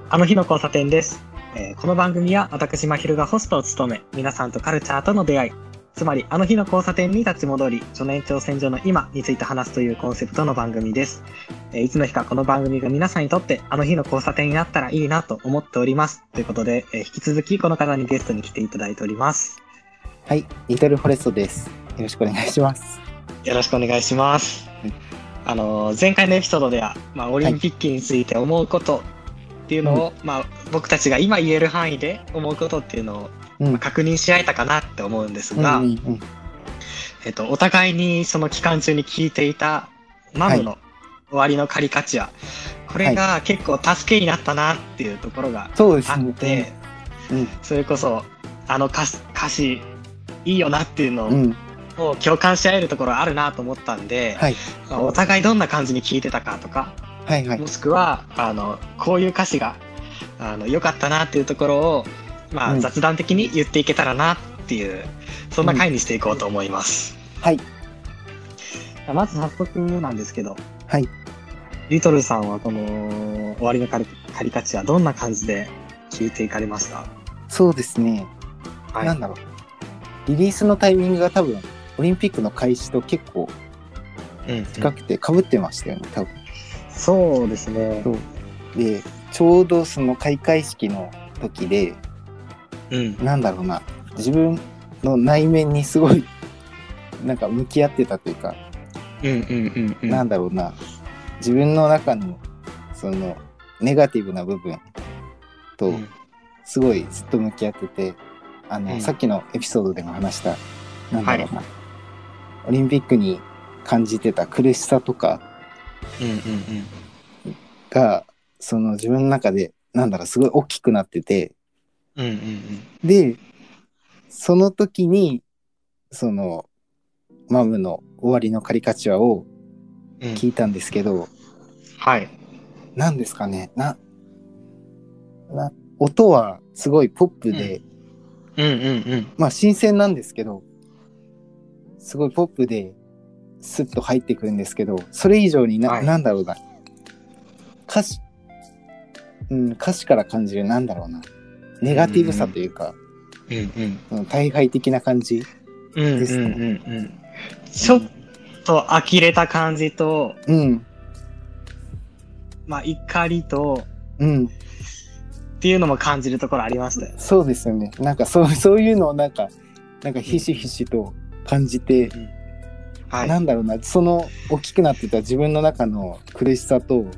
あの日の交差点です。この番組は私まひるがホストを務め、皆さんとカルチャーとの出会い、つまりあの日の交差点に立ち戻り、初年挑戦所の今について話すというコンセプトの番組です。いつの日かこの番組が皆さんにとってあの日の交差点になったらいいなと思っております。ということで、引き続きこの方にゲストに来ていただいております。 はい、リトルフォレストです。よろしくお願いします。 よろしくお願いします。前回のエピソードでは、オリンピックについて思うことっていうのを、僕たちが今言える範囲で思うことっていうのを、確認し合えたかなって思うんですが、お互いにその期間中に聞いていたマムの終わりのカリカチュア、これが結構助けになったなっていうところがあって、それこそ歌詞いいよなっていうのを共感し合えるところあるなと思ったんで、お互いどんな感じに聞いてたかとか、もしくはこういう歌詞が良かったなっていうところを、雑談的に言っていけたらなっていうそんな回にしていこうと思います。まず早速なんですけど、リトルさんはこの終わりのカリカチュアどんな感じで聞いていかれました？ そうですね、なんだろう、リリースのタイミングが多分オリンピックの開始と結構近くて被ってましたよね、多分。 そうですね。 で、ちょうどその開会式の時で、なんだろうな、自分の内面にすごいなんか向き合ってたというか、なんだろうな、自分の中のそのネガティブな部分とすごいずっと向き合ってて、さっきのエピソードでも話した、なんだろうな、オリンピックに感じてた苦しさとかが、その自分の中でなんだろう、すごい大きくなってて、でその時にそのマムの終わりのカリカチュアを聞いたんですけど、なんですかね、音はすごいポップで、新鮮なんですけど、すごいポップでスッと入ってくるんですけど、それ以上になんだろうな、歌詞から感じる、なんだろうな、ネガティブさというか、大敗的な感じですね。 ちょっと呆れた感じと、怒りと、っていうのも感じるところありましたよ。 そうですよね。なんかそういうのをなんかひしひしと感じて、なんだろうな、その大きくなってた自分の中の苦しさの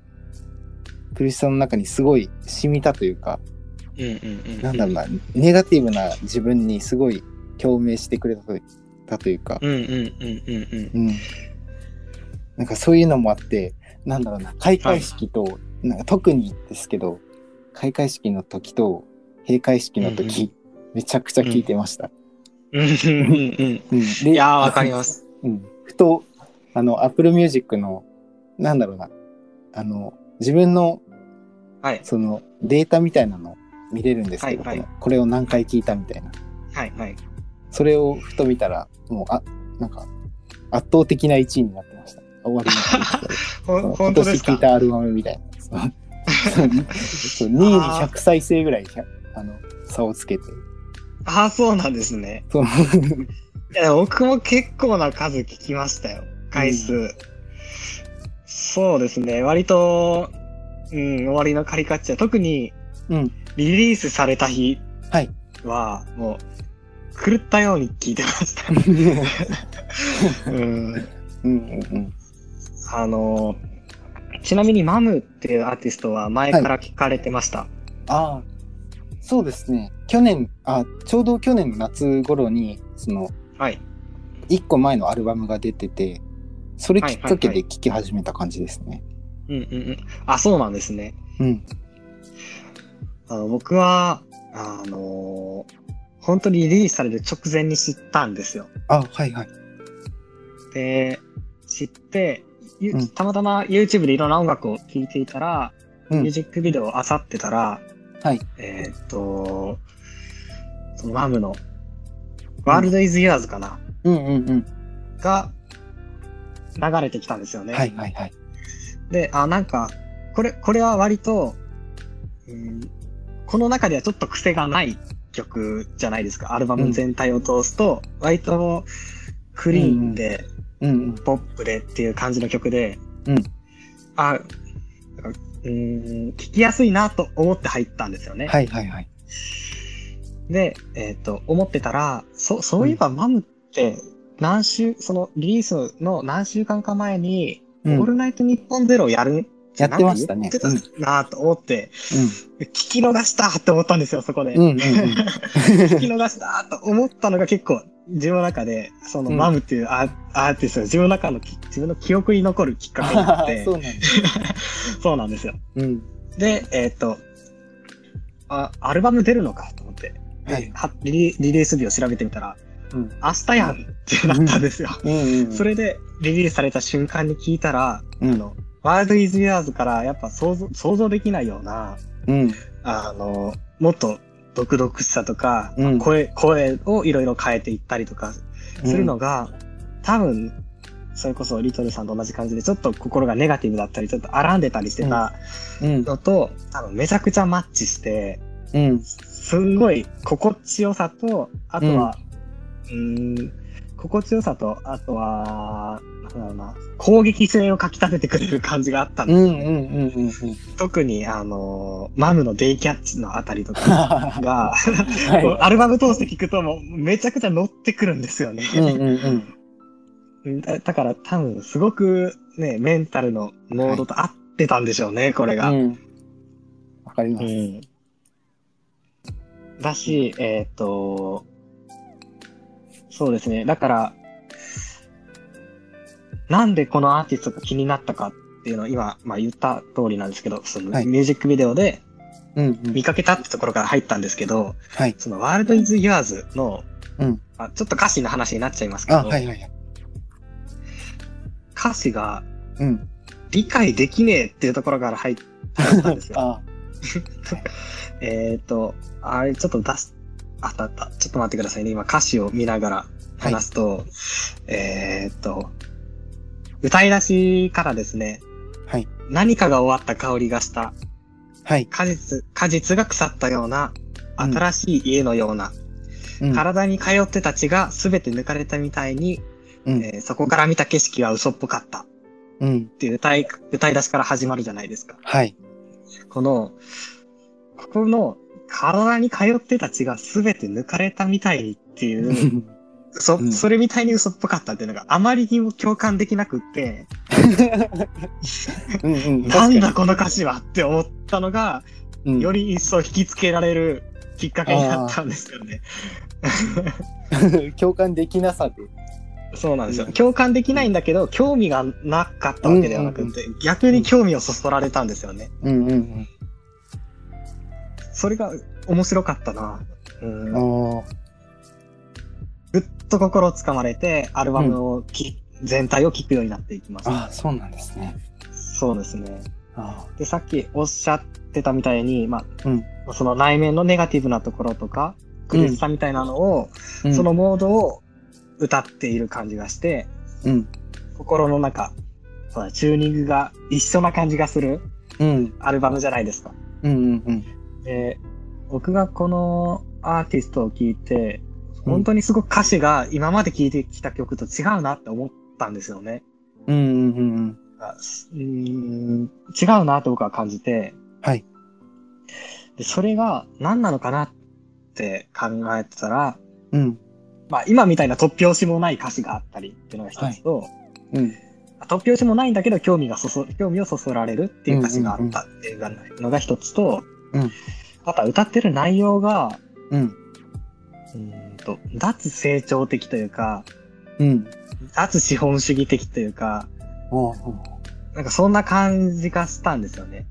中にすごい染みたというか、なんだろうな、ネガティブな自分にすごい共鳴してくれたというか、なんかそういうのもあって、なんだろうな、開会式と、なんか特にですけど、開会式の時と閉会式の時、めちゃくちゃ聞いてました。 いやー、わかります。 ふとApple Music のなんだろうな、自分の、そのデータみたいなの見れるんですけど、これを何回聞いたみたいな、それをふと見たら、もうなんか圧倒的な1位になってました。終わりの今年聞いたアルバムみたいな。2位に100再生ぐらい差をつけて。 そうなんですね。いや、僕も結構な数聞きましたよ、回数。そうですね、割と、終わりのカリカチュア、特にリリースされた日は、もう狂ったように聞いてました。ちなみにマムっていうアーティストは前から聞かれてました？ そうですね。ちょうど去年の夏頃にその1個前のアルバムが出てて、それきっかけで聴き始めた感じですね。 そうなんですね。僕は本当にリリースされる直前に知ったんですよ。で、知ってたまたま YouTube でいろんな音楽を聴いていたら、ミュージックビデオを漁ってたら、そのマムのワールドイズユアーズかな、が流れてきたんですよね。で、なんかこれは割とこの中ではちょっと癖がない曲じゃないですか。アルバム全体を通すと、割とクリーンで、ポップでっていう感じの曲で、聞きやすいなと思って入ったんですよね。 はいはいはい。 で、思ってたら、そういえばマムって、そのリリースの何週間か前に、オールナイトニッポンゼロをやってましたね。 言ってたなと思って、聞き逃したって思ったんですよ、そこで。聞き逃したと思ったのが結構、自分の中で、そのマムっていうアーティストが自分の記憶に残るきっかけになって。そうなんですよ。で、アルバム出るのかと思って、リリース日を調べてみたら、明日やんってなったんですよ。それでリリースされた瞬間に聞いたら、ワールドイズユアーズからやっぱ想像できないような、もっと独々しさとか、声をいろいろ変えていったりとかするのが、多分、それこそリトルさんと同じ感じで、ちょっと心がネガティブだったり、ちょっと荒んでたりしてたのと、多分めちゃくちゃマッチして、すんごい心地よさと、あとは、心地よさと、あとは、なんだろうな、攻撃性をかき立ててくれる感じがあったんですよ。特に、マムのデイキャッチのあたりとかが、アルバム通して聞くともうめちゃくちゃ乗ってくるんですよね。だから多分すごくね、メンタルのモードと合ってたんでしょうね、これが。 わかります。 だし、そうですね。だから、なんでこのアーティストが気になったかっていうのを今、言った通りなんですけど、そのミュージックビデオで見かけたってところから入ったんですけど、そのワールドイズユアーズの、ちょっと歌詞の話になっちゃいますけど、歌詞が理解できねえっていうところから入ったんですよ。あれちょっとあった。ちょっと待ってくださいね。今歌詞を見ながら話すと、歌い出しからですね、何かが終わった香りがした、果実が腐ったような、新しい家のような、体に通ってた血が全て抜かれたみたいに、そこから見た景色は嘘っぽかった。っていう歌い出しから始まるじゃないですか。ここの体に通ってた血が全て抜かれたみたいにっていう、それみたいに嘘っぽかったっていうのがあまりにも共感できなくって、なんだこの歌詞はって思ったのが、より一層引きつけられるきっかけになったんですよね。 共感できなさで。 そうなんですよ。共感できないんだけど、興味がなかったわけではなくて、逆に興味をそそられたんですよね。それが面白かったな。ぐっと心をつかまれて、アルバムを全体を聴くようになっていきました。 そうなんですね。 そうですね。で、さっきおっしゃってたみたいに、その内面のネガティブなところとか、苦しさみたいなのを、そのモードを歌っている感じがして、心の中、チューニングが一緒な感じがするアルバムじゃないですか。で、僕がこのアーティストを聴いて、本当にすごく歌詞が今まで聴いてきた曲と違うなって思ったんですよね。違うなと僕は感じて、でそれが何なのかなって考えてたら、今みたいな突拍子もない歌詞があったりっていうのが一つと、突拍子もないんだけど興味をそそられるっていう歌詞があったっていうのが一つと、あとは歌ってる内容が、脱成長的というか、脱資本主義的というか、なんかそんな感じがしたんですよね。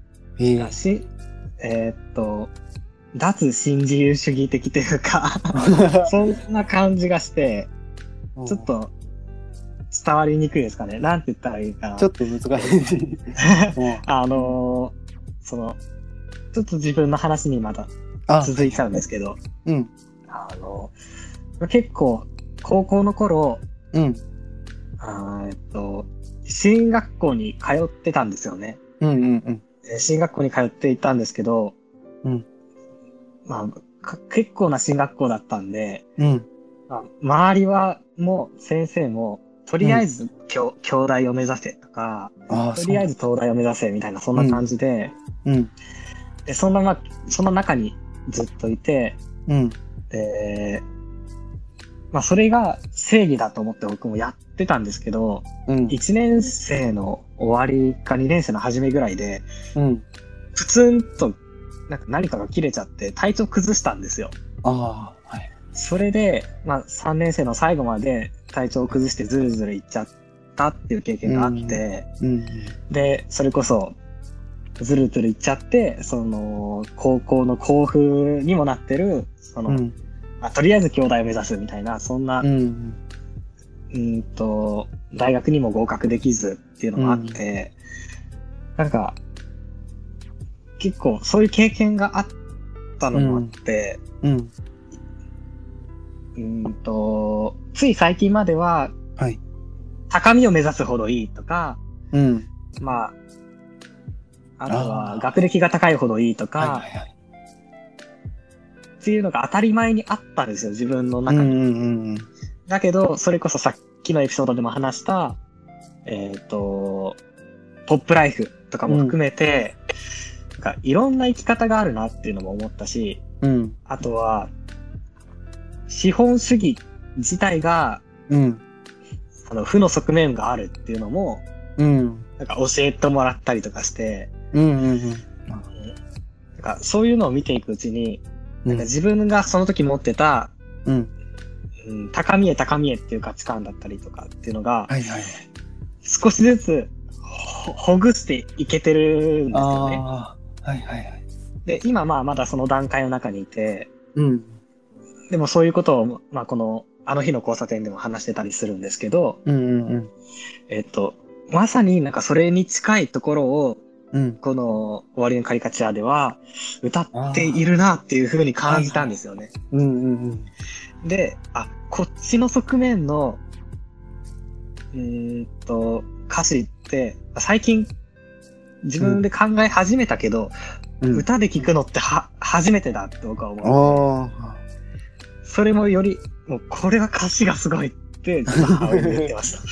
脱新自由主義的というか、そんな感じがして、ちょっと伝わりにくいですかね。なんて言ったらいいかな。 ちょっと難しい。 ちょっと自分の話にまだ続いちゃうんですけど、結構高校の頃、進学校に通ってたんですよね。進学校に通っていたんですけど、 まあ、結構な進学校だったんで、 まあ、 周りはもう先生も、とりあえず京大を目指せとか、とりあえず東大を目指せみたいな、そんな感じで、で、その中にずっといて、で、まあ、それが正義だと思って僕もやってたんですけど、1年生の終わりか2年生の初めぐらいで、プツンとなんか何かが切れちゃって体調崩したんですよ。それで、まあ、3年生の最後まで体調を崩してずるずるいっちゃったっていう経験があって、で、それこそずるずるいっちゃって、その高校の校風にもなってる、その、とりあえず京大を目指すみたいな、そんな、大学にも合格できずっていうのもあって、なんか、結構そういう経験があったのもあって、つい最近までは、高みを目指すほどいいとか、まあ、あとは学歴が高いほどいいとか、っていうのが当たり前にあったんですよ、自分の中に。だけど、それこそさっきのエピソードでも話した、ポップライフとかも含めて、なんかいろんな生き方があるなっていうのも思ったし、あとは、資本主義自体が、負の側面があるっていうのも、なんか教えてもらったりとかして、なんかそういうのを見ていくうちに、なんか自分がその時持ってた、高みへ高みへっていう価値観だったりとかっていうのが、少しずつほぐしていけてるんですよね。で、今まだその段階の中にいて、でもそういうことを、まああの日の交差点でも話してたりするんですけど、まさになんかそれに近いところを、この終わりのカリカチュアでは歌っているなっていう風に感じたんですよね。で、こっちの側面の、歌詞って、最近自分で考え始めたけど、歌で聴くのって初めてだって僕は思う。それもより、もうこれは歌詞がすごいって、母親に言ってました。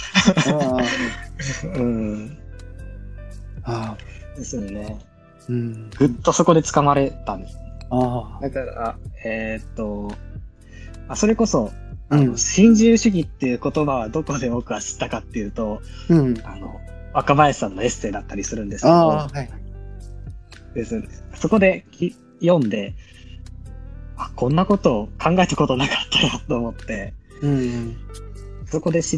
ですよね。ぐっとそこで掴まれたんです。だから、それこそ、新自由主義っていう言葉はどこで僕は知ったかっていうと、若林さんのエッセイだったりするんですけど、ですね、そこで読んで、こんなことを考えたことなかったよと思って、そこで知って、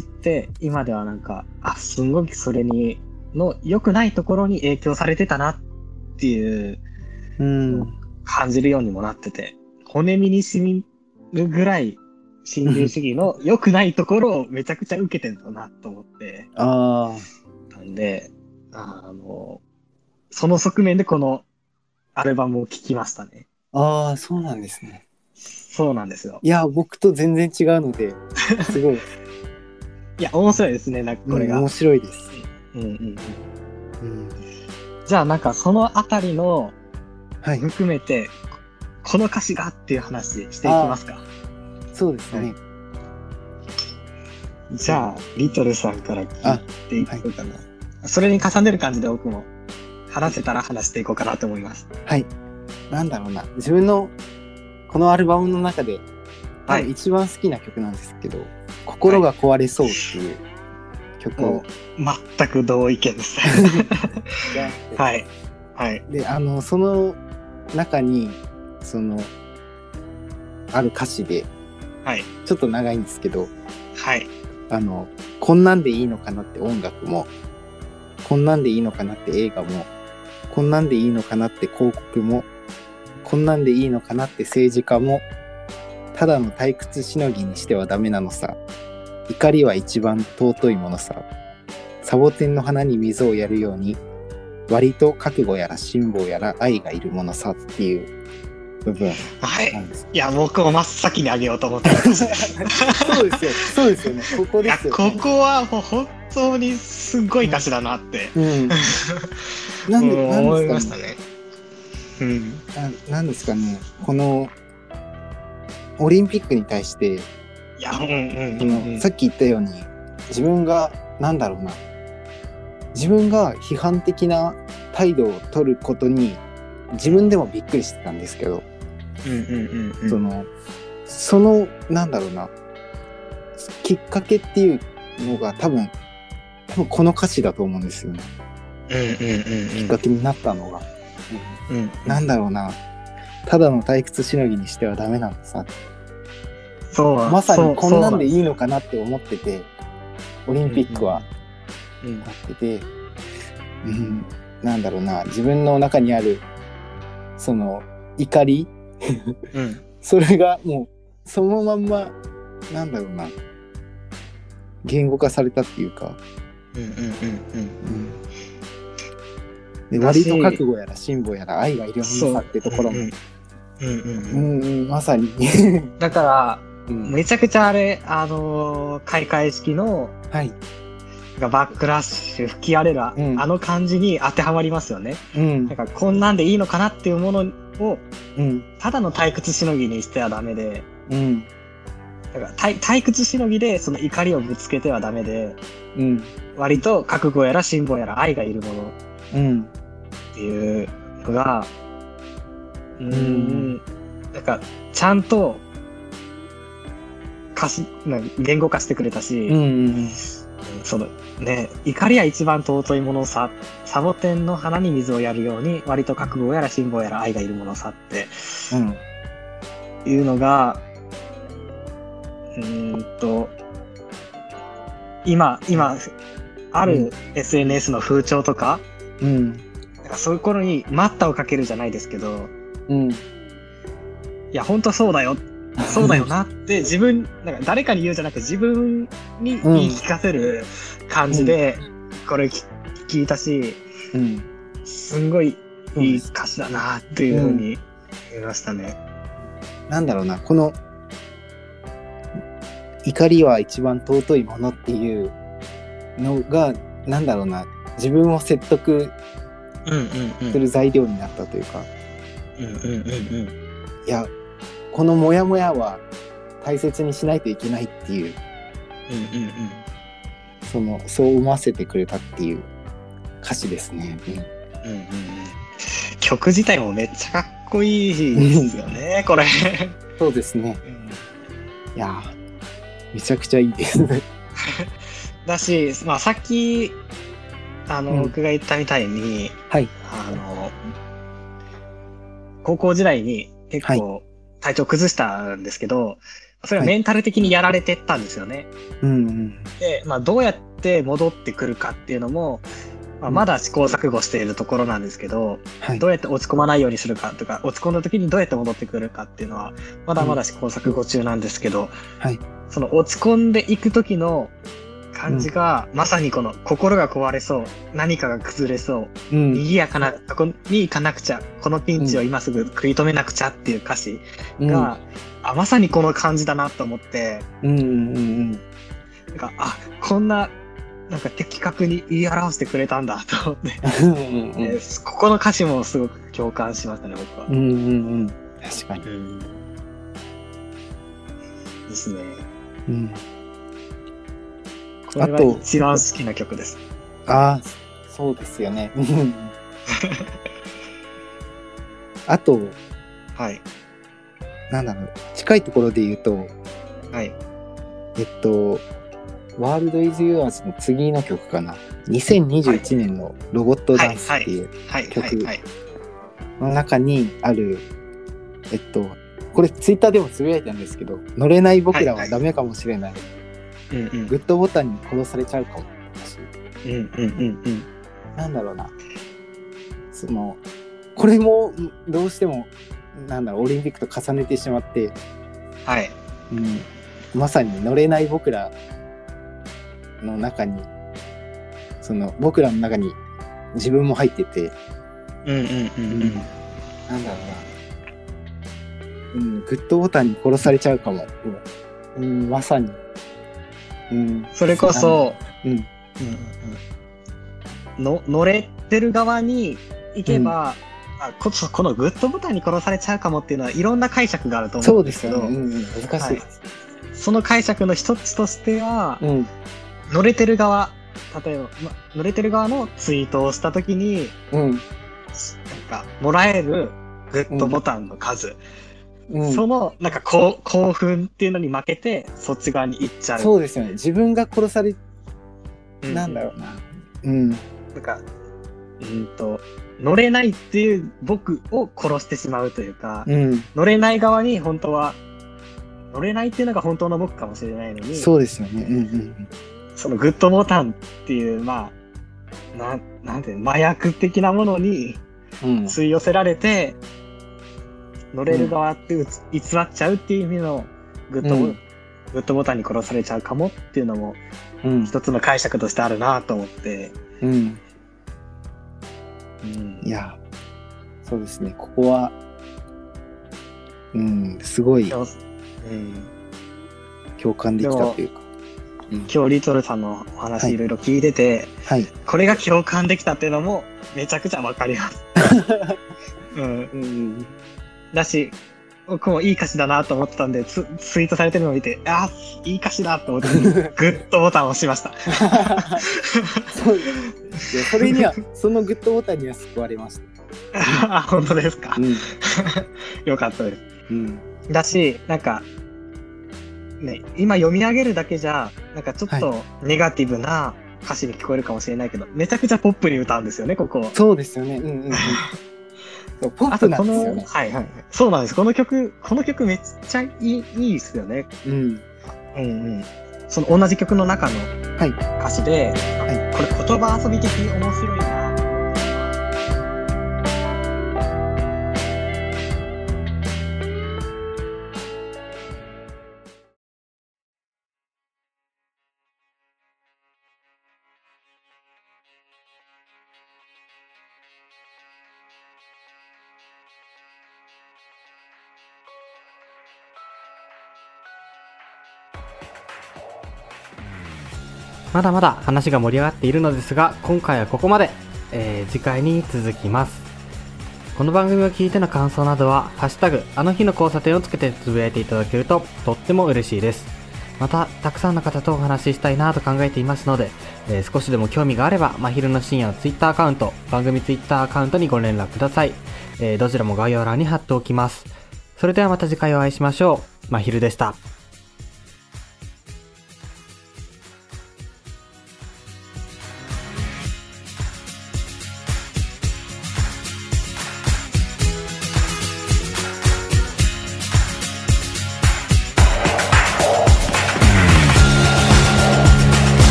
今ではなんか、すんごくそれに、の良くないところに影響されてたなっていう、感じるようにもなってて、骨身に染みるぐらい、新自由主義の良くないところをめちゃくちゃ受けてるんだなと思って、なんで、その側面でこのアルバムを聴きましたね。 そうなんですね。 そうなんですよ。 いや、僕と全然違うので、すごい。 いや、面白いですね、なんかこれが。 面白いです。 じゃあなんかそのあたりの含めて、この歌詞がっていう話していきますか。 そうですね。 じゃあリトルさんから聞いていこうかな。それに重ねる感じで僕も話せたら話していこうかなと思います。 なんだろうな、自分のこのアルバムの中で一番好きな曲なんですけど、心が壊れそうっていう曲を、 全く同意見です。 で、その中にある歌詞で、ちょっと長いんですけど、こんなんでいいのかなって音楽も、こんなんでいいのかなって映画も、こんなんでいいのかなって広告も、こんなんでいいのかなって政治家も、ただの退屈しのぎにしてはダメなのさ。怒りは一番尊いものさ。サボテンの花に水をやるように、割と覚悟やら辛抱やら愛がいるものさっていう部分なんです。 いや、僕も真っ先にあげようと思ってました。 そうですよね。ここですよね。 ここはもう本当にすごい歌詞だなって、 なんで思いましたね。 なんですかね、このオリンピックに対して、 いや、 さっき言ったように自分が自分が批判的な態度を取ることに自分でもびっくりしてたんですけど、そのきっかけっていうのが多分この歌詞だと思うんですよね。きっかけになったのが、ただの退屈しのぎにしてはダメなんださ。まさにこんなんでいいのかなって思ってて、オリンピックはなってて、自分の中にあるその怒り、それがもうそのまんま言語化されたっていうか、で割と覚悟やら辛抱やら愛がいるものさってところも、まさにだから、めちゃくちゃあれ開会式の、バックラッシュ吹き荒れる、あの感じに当てはまりますよね。だからこんなんでいいのかなっていうものを、ただの退屈しのぎにしてはダメで、だから退屈しのぎでその怒りをぶつけてはダメで、割と覚悟やら辛抱やら愛がいるものっていうのが、なんかちゃんと言語化してくれたし、そのね、怒りは一番尊いものさ、サボテンの花に水をやるように割と覚悟やら辛抱やら愛がいるものさっていうのが、今ある SNS の風潮とか、なんかそういう頃に待ったをかけるじゃないですけど、いや本当そうだよなって自分なんか誰かに言うじゃなくて自分に言い聞かせる感じでこれ聞いたし、すんごいいい歌詞だなっていうふうに言いましたね。 この怒りは一番尊いものっていうのが自分を説得する材料になったというか、いやこのモヤモヤは大切にしないといけないっていう、そう思わせてくれたっていう歌詞ですね。 曲自体もめっちゃかっこいいですよねこれ。 そうですね。いやめちゃくちゃいいですね。 だし、さっき僕が言ったみたいに、高校時代に結構体調崩したんですけど、それはメンタル的にやられてったんですよね。で、どうやって戻ってくるかっていうのも、まだ試行錯誤しているところなんですけど、どうやって落ち込まないようにするかとか、落ち込んだ時にどうやって戻ってくるかっていうのはまだまだ試行錯誤中なんですけど、その落ち込んでいく時の感じが、まさにこの心が壊れそう、何かが崩れそう、賑やかなとこに行かなくちゃ、このピンチを今すぐ食い止めなくちゃっていう歌詞が、まさにこの感じだなと思って、こんな的確に言い表してくれたんだと思って、ここの歌詞もすごく共感しましたね僕は。 確かに。 ですね。これが一番好きな曲です。 そうですよね。あと、近いところで言うと、ワールドイズユアーズの次の曲かな。2021年のロボットダンスっていう曲の中にある、これツイッターでもつぶやいたんですけど、乗れない僕らはダメかもしれない。グッドボタンに殺されちゃうかもし。これもどうしてもオリンピックと重ねてしまって、まさに乗れない僕らの中に僕らの中に自分も入ってて、グッドボタンに殺されちゃうかも、まさに、 それこそ、乗れてる側に行けば、 このグッドボタンに殺されちゃうかもっていうのはいろんな解釈があると思うんですけど、 そうですよね、難しい、はい、 その解釈の一つとしては、乗れてる側、例えば、乗れてる側のツイートをしたときに、なんかもらえるグッドボタンの数、そのなんか興奮っていうのに負けてそっち側に行っちゃう。 そうですよね。自分が殺され、なんだろうな。なんか乗れないっていう僕を殺してしまうというか、乗れない側に本当は乗れないっていうのが本当の僕かもしれないのに、 そうですよね。 そのグッドボタンっていうなんていう麻薬的なものに吸い寄せられて、乗れる側って偽っちゃうっていう意味のグッドボタンに殺されちゃうかもっていうのも一つの解釈としてあるなと思って。 いや、そうですね。ここは、すごい、共感できたというか。 今日リトルさんのお話いろいろ聞いてて、これが共感できたっていうのもめちゃくちゃわかります。だし、僕もいい歌詞だなと思ってたんで、ツイートされてるのを見て、いい歌詞だと思って、グッドボタンを押しました。 それには、そのグッドボタンには救われました。 本当ですか。よかったです。だし、なんか、ね、今読み上げるだけじゃ、なんかちょっとネガティブな歌詞に聞こえるかもしれないけど、めちゃくちゃポップに歌うんですよね、ここ。 そうですよね。ポップなんですよね。 そうなんです。この曲めっちゃいいですよね。その同じ曲の中の歌詞で、これ言葉遊び的に面白いな。 まだまだ話が盛り上がっているのですが、今回はここまで。次回に続きます。この番組を聞いての感想などは、ハッシュタグ、あの日の交差点をつけてつぶやいていただけるととっても嬉しいです。また、たくさんの方とお話ししたいなと考えていますので、少しでも興味があれば、まひるの深夜のツイッターアカウント、番組ツイッターアカウントにご連絡ください。どちらも概要欄に貼っておきます。それではまた次回お会いしましょう。まひるでした。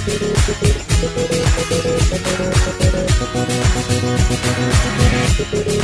Thank you.